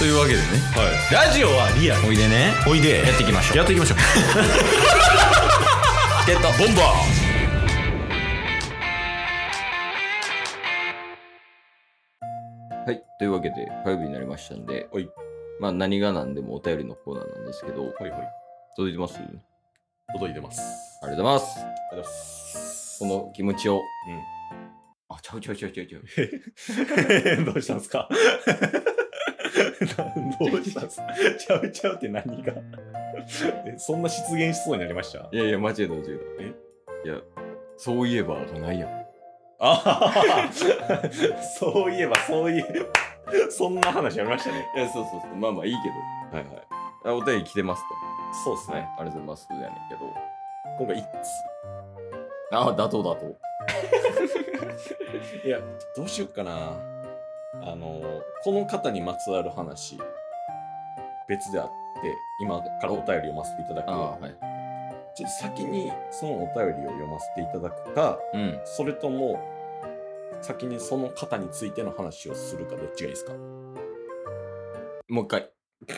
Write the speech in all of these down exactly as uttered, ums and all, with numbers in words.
というわけでね、 はい、ラジオはリアル。 おいでね、 おいでやっていきましょう。 やっていきましょう。 チケットボンバー。はい、というわけで火曜日になりましたんで、 はい、 まあ何が何でもお便りのコーナーなんですけど、 はいはい、 届いてます？ 届いてます。 ありがとうございます。 ありがとうございます。 この気持ちを、 うん、 あ、ちゃうちゃうちゃうちゃうちゃう。どうしたんすか？どうしたんすか？ちゃうちゃうって何が？そんな失言しそうになりました？ いやいや、間違えた間違えた。 え？ いや、そういえばがないやん。 あそういえばそういえばそんな話ありましたね。 いや、そうそうそう、まあまあいいけど、はいはい。あ、お便り来てますと。 そうですね、 はい、ありがとうございますやねんけど、 今回いっつ。 ああ、妥当妥当。 いや、どうしよっかな。あのこの方にまつわる話別であって、今からお便り読ませていただく。 あ、はい、 ちょっと先にそのお便りを読ませていただくか、 うん、 それとも先にその方についての話をするか、どっちがいいですか？ もう一回。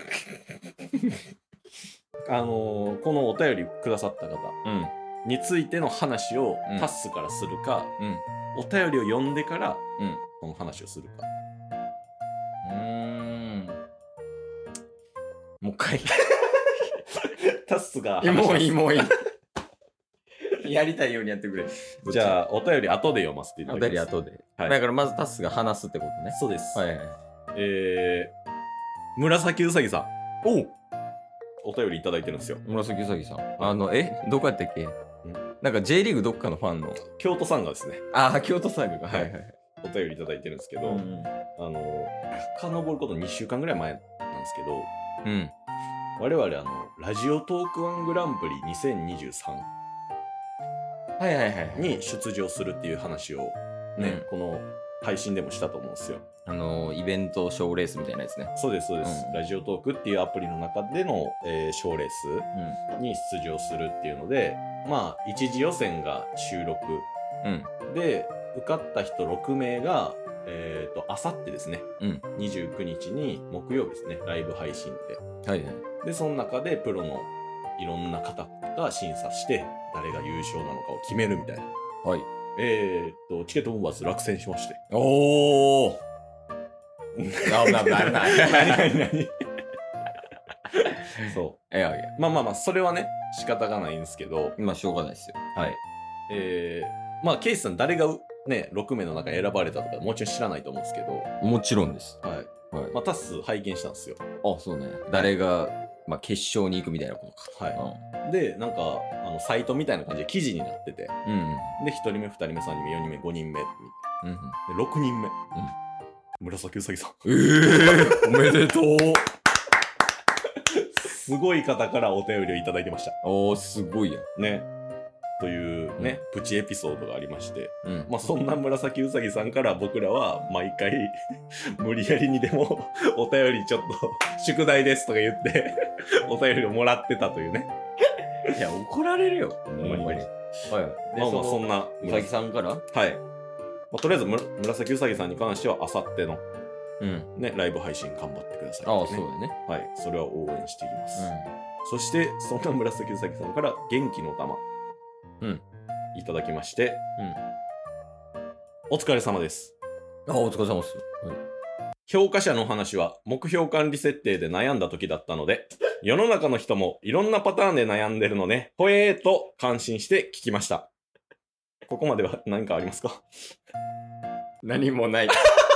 あのー、このお便りくださった方うんについての話をうんタッスからするか、 うんお便りを読んでからうんこの話をするか。 うーん、もう一回。 タッスがえ、もういいもういい。やりたいようにやってくれ。 じゃあお便り後で読ませていたおだきます。 便り後で、 はい、 だからまずタスが話すってことね。 そうです。 はいはい。 えー、紫うさぎさん、おうお便りいただいてるんですよ。 紫うさぎさん、あの、え、どこやったっけ？なんか J リーグどっかのファンの京都サンガですね。 あ、京都サンガが、はいはいはい、 お便りいただいてるんですけど、 うん、 あの遡ることにしゅうかんぐらい前なんですけど、 うん、 我々あのラジオトークワングランプリにせんにじゅうさんはいはいはいに出場するっていう話をね、 うん、 この配信でもしたと思うんですよ。 あのー、イベント賞レースみたいなやつね。 そうですそうです、 うん、 ラジオトークっていうアプリの中での、えー、賞レースに出場するっていうので、まあ一次予選が収録、 うん、 で受かった人ろくめいがえっ、ー、とあさってですね、 うん、 にじゅうくにちに木曜日ですね、ライブ配信で、 はいはい、 でその中でプロのいろんな方が審査して誰が優勝なのかを決めるみたいな。 はい。 えっとチケットボンバーズ落選しまして。 おー。あ、危ない危ない危ない。 何何何そう。 いやいや。 まあまあまあ、それはね、仕方がないんですけど。 まあ、しょうがないですよ。 はい。えー、まあ、ケイスさん、誰がね、ろくめいの中に選ばれたとか、もちろん知らないと思うんですけど。 もちろんです。 はい。はい、まあ、タス拝見したんですよ。 あ、そうね。誰が、まあ、決勝に行くみたいなことか。 はい。うん、で、なんか、あの、サイトみたいな感じで記事になってて。 うん、うん。 で、ひとりめ、ふたりめ、さんにんめ、よにんめ、ごにんめ、みたいな。うん、うん。 で、ろくにんめ。うん。紫うさぎさん。 えー、おめでとう。 すごい方からお便りをいただいてました。 おー、すごいやん。ね。というね、うん、プチエピソードがありまして、 うん、 まあそんな紫うさぎさんから僕らは毎回無理やりにでもお便りちょっと宿題ですとか言ってお便りをもらってたというね。 いや、怒られるよ。ほんまに。はい。 で、まあまあそんなうさぎさんから、 はい。まあ、とりあえずむ紫うさぎさんに関してはあさっての、 うんね、ライブ配信頑張ってください、 ね。ああ、そうだね。 はい、それは応援していきます。 うん、 そしてそんな紫うさぎさんから元気の玉、 うん、 いただきまして、うん、お疲れ様です。 あ、お疲れ様です。はい、 評価者の話は目標管理設定で悩んだ時だったので、世の中の人もいろんなパターンで悩んでるのね、ほえーと感心して聞きました。ここまでは何かありますか？ 何もない。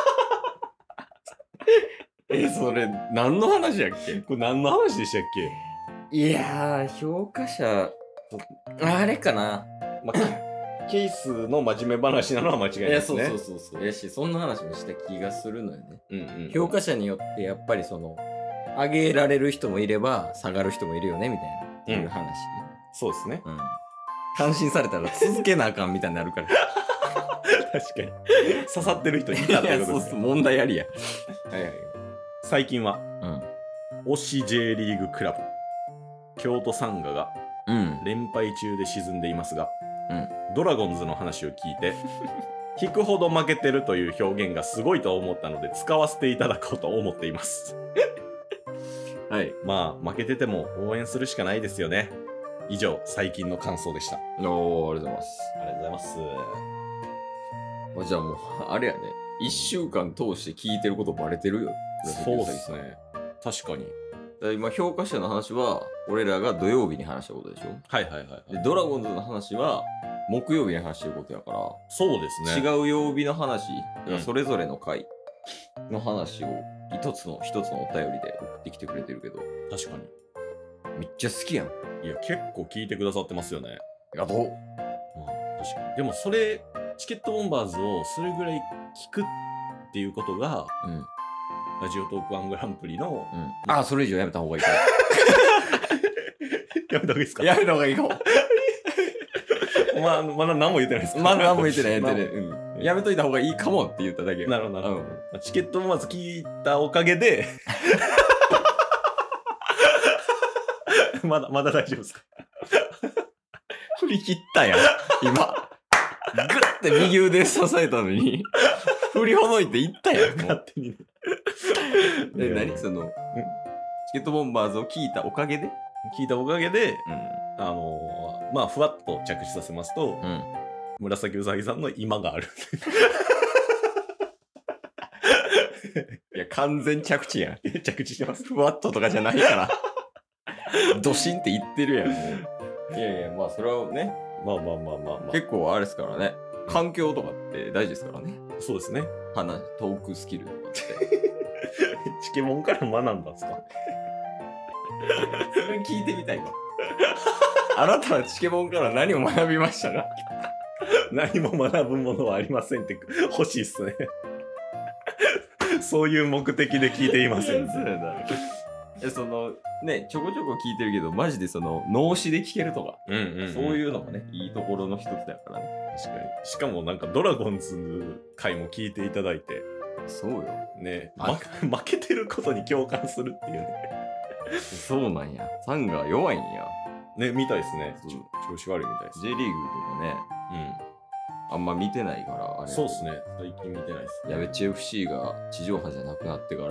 え、それ何の話やっけ？ これ何の話でしたっけ？ いやー、評価者、あれかな。 まあ、ケースの真面目話なのは間違いないですね。 いや、そうそうそうそう。やし、そんな話もした気がするのよね。 うんうんうん、 評価者によってやっぱりその、上げられる人もいれば、下がる人もいるよね、みたいな。っていう話、ね、 うん。そうですね。 うん。感心されたら続けなあかんみたいになるから。 確かに。刺さってる人いたってことですね。 そうそう、問題ありや。はいはい。 最近は、 うん、 推し J リーグクラブ、京都サンガが、うん、連敗中で沈んでいますが、うん、ドラゴンズの話を聞いて、引くほど負けてるという表現がすごいと思ったので使わせていただこうと思っています。 はい。 まあ負けてても応援するしかないですよね。以上、最近の感想でした。 おー、ありがとうございます。 ありがとうございます。 まあ、じゃあもう、あれやね。一週間通して聞いてることバレてるよ。 そうですね。確かに。 今、評価者の話は、俺らが土曜日に話したことでしょ。 はいはいはい、はい。 で、ドラゴンズの話は、木曜日に話してることやから、 そうですね。 違う曜日の話、うん、それぞれの回の話を一つの一つのお便りで送ってきてくれてるけど、 確かに。 めっちゃ好きやん。 いや、結構聞いてくださってますよね。 ありがとう。 まあ、確かに。でもそれ、チケットボンバーズをそれぐらい聞くっていうことが、うん、ラジオトークワングランプリの、 うん、ああ、それ以上やめた方がいいかやめた方がいいですか？ やめた方がいいかも。 まあ、まだ何も言ってないですか？ まだ何も言ってない、言ってない。うん。やめといた方がいいかもって言っただけ。 なるほど、なるほど。チケットボンバーズ聞いたおかげで、まだ、まだ大丈夫ですか？ 振り切ったやん、今。グッて右腕支えたのに、振りほどいていったやん、 勝手にね。 え、何その、チケットボンバーズを聞いたおかげで聞いたおかげで、うん、あのー、まあ、ふわっと着地させますと、うん、紫うさぎさんの今がある。 いや、完全着地やん。 着地してます。 ふわっととかじゃないから。ドシンって言ってるやん。いやいや、まあ、それはね。 まあまあまあまあまあ。 結構あれですからね。環境とかって大事ですからね。 そうですね。 話、トークスキルとかって。 チケモンから学んだんですか？ それ聞いてみたいわ。あなたはチケモンから何を学びましたか？ 何も学ぶものはありませんって欲しいっすね。そういう目的で聞いていません。 そうだ。そのね、ちょこちょこ聞いてるけど、マジでその脳死で聞けるとか、うんうんうん、そういうのもね、いいところの一つだからね。 確かに。しかもなんかドラゴンズ回も聞いていただいて。 そうよ。 ね、ま、負けてることに共感するっていうね。 そうなんや。サンが弱いんや。 ね、みたいですね。調子悪いみたいです。 J リーグとかね、うん。あんま見てないから、あれ。 そうっすね。最近見てないっす、 ね。やべっち エフシー が地上波じゃなくなってから、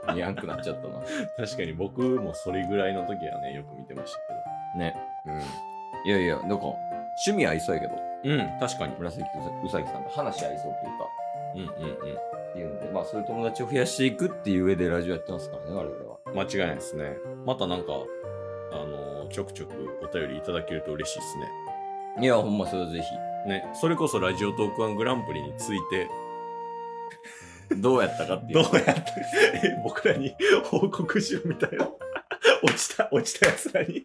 にやんくなっちゃったな。 確かに僕もそれぐらいの時はね、よく見てましたけど。 ね。うん。いやいや、なんか、趣味合いそうやけど。 うん、確かに。 紫うさぎさんと話合いそうというか。うんうんうん。っていうので、まあそういう友達を増やしていくっていう上でラジオやってますからね、我々は。 間違いないですね。またなんか、あのー、ちょくちょくお便りいただけると嬉しいですね。 いや、ほんまそれはぜひ。 ね、それこそラジオトークワングランプリについて、 どうやったかっていう。 どうやったえ、僕らに報告しろみたいな。落ちた、落ちたやつらに。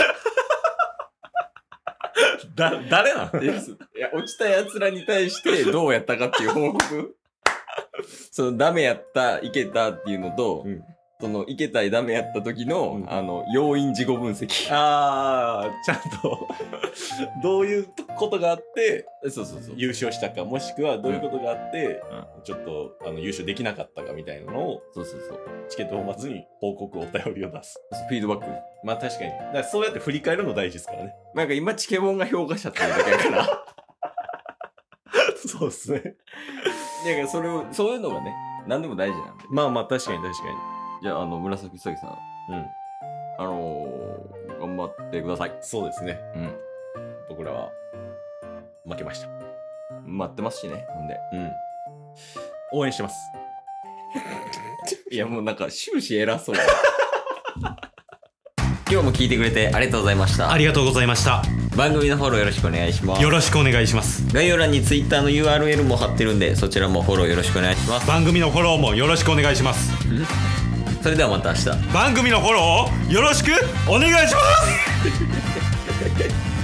だ、誰なんいや、落ちたやつらに対してどうやったかっていう報告。そのダメやった、いけたっていうのと、うん、そのいけたいダメやった時の、うん、あの、要因事後分析。 あー、ちゃんと、どういうことがあって、 そうそうそう。 優勝したか、もしくはどういうことがあって、うん、ちょっと、あの、優勝できなかったかみたいなのを、 そうそうそう。 チケットを待つに報告、お便りを出す。 フィードバック。 まあ確かに。だからそうやって振り返るの大事ですからね。 なんか今、チケボンが評価しちゃってるだけやから。 そうっすね。 だからそれを、そういうのがね、何でも大事なんで。 まあまあ確かに確かに。 じゃあ、あの、紫うさぎさん。うん。あのー、頑張ってください。 そうですね。うん。僕らは、負けました。 待ってますしね、ほんで。うん。 応援してます。 いや、もうなんか終始偉そう。今日も聞いてくれてありがとうございました。 ありがとうございました。 番組のフォローよろしくお願いします。 よろしくお願いします。 概要欄に Twitter の ユーアールエル も貼ってるんで、そちらもフォローよろしくお願いします。 番組のフォローもよろしくお願いします。 それではまた明日。 番組のフォローをよろしくお願いします。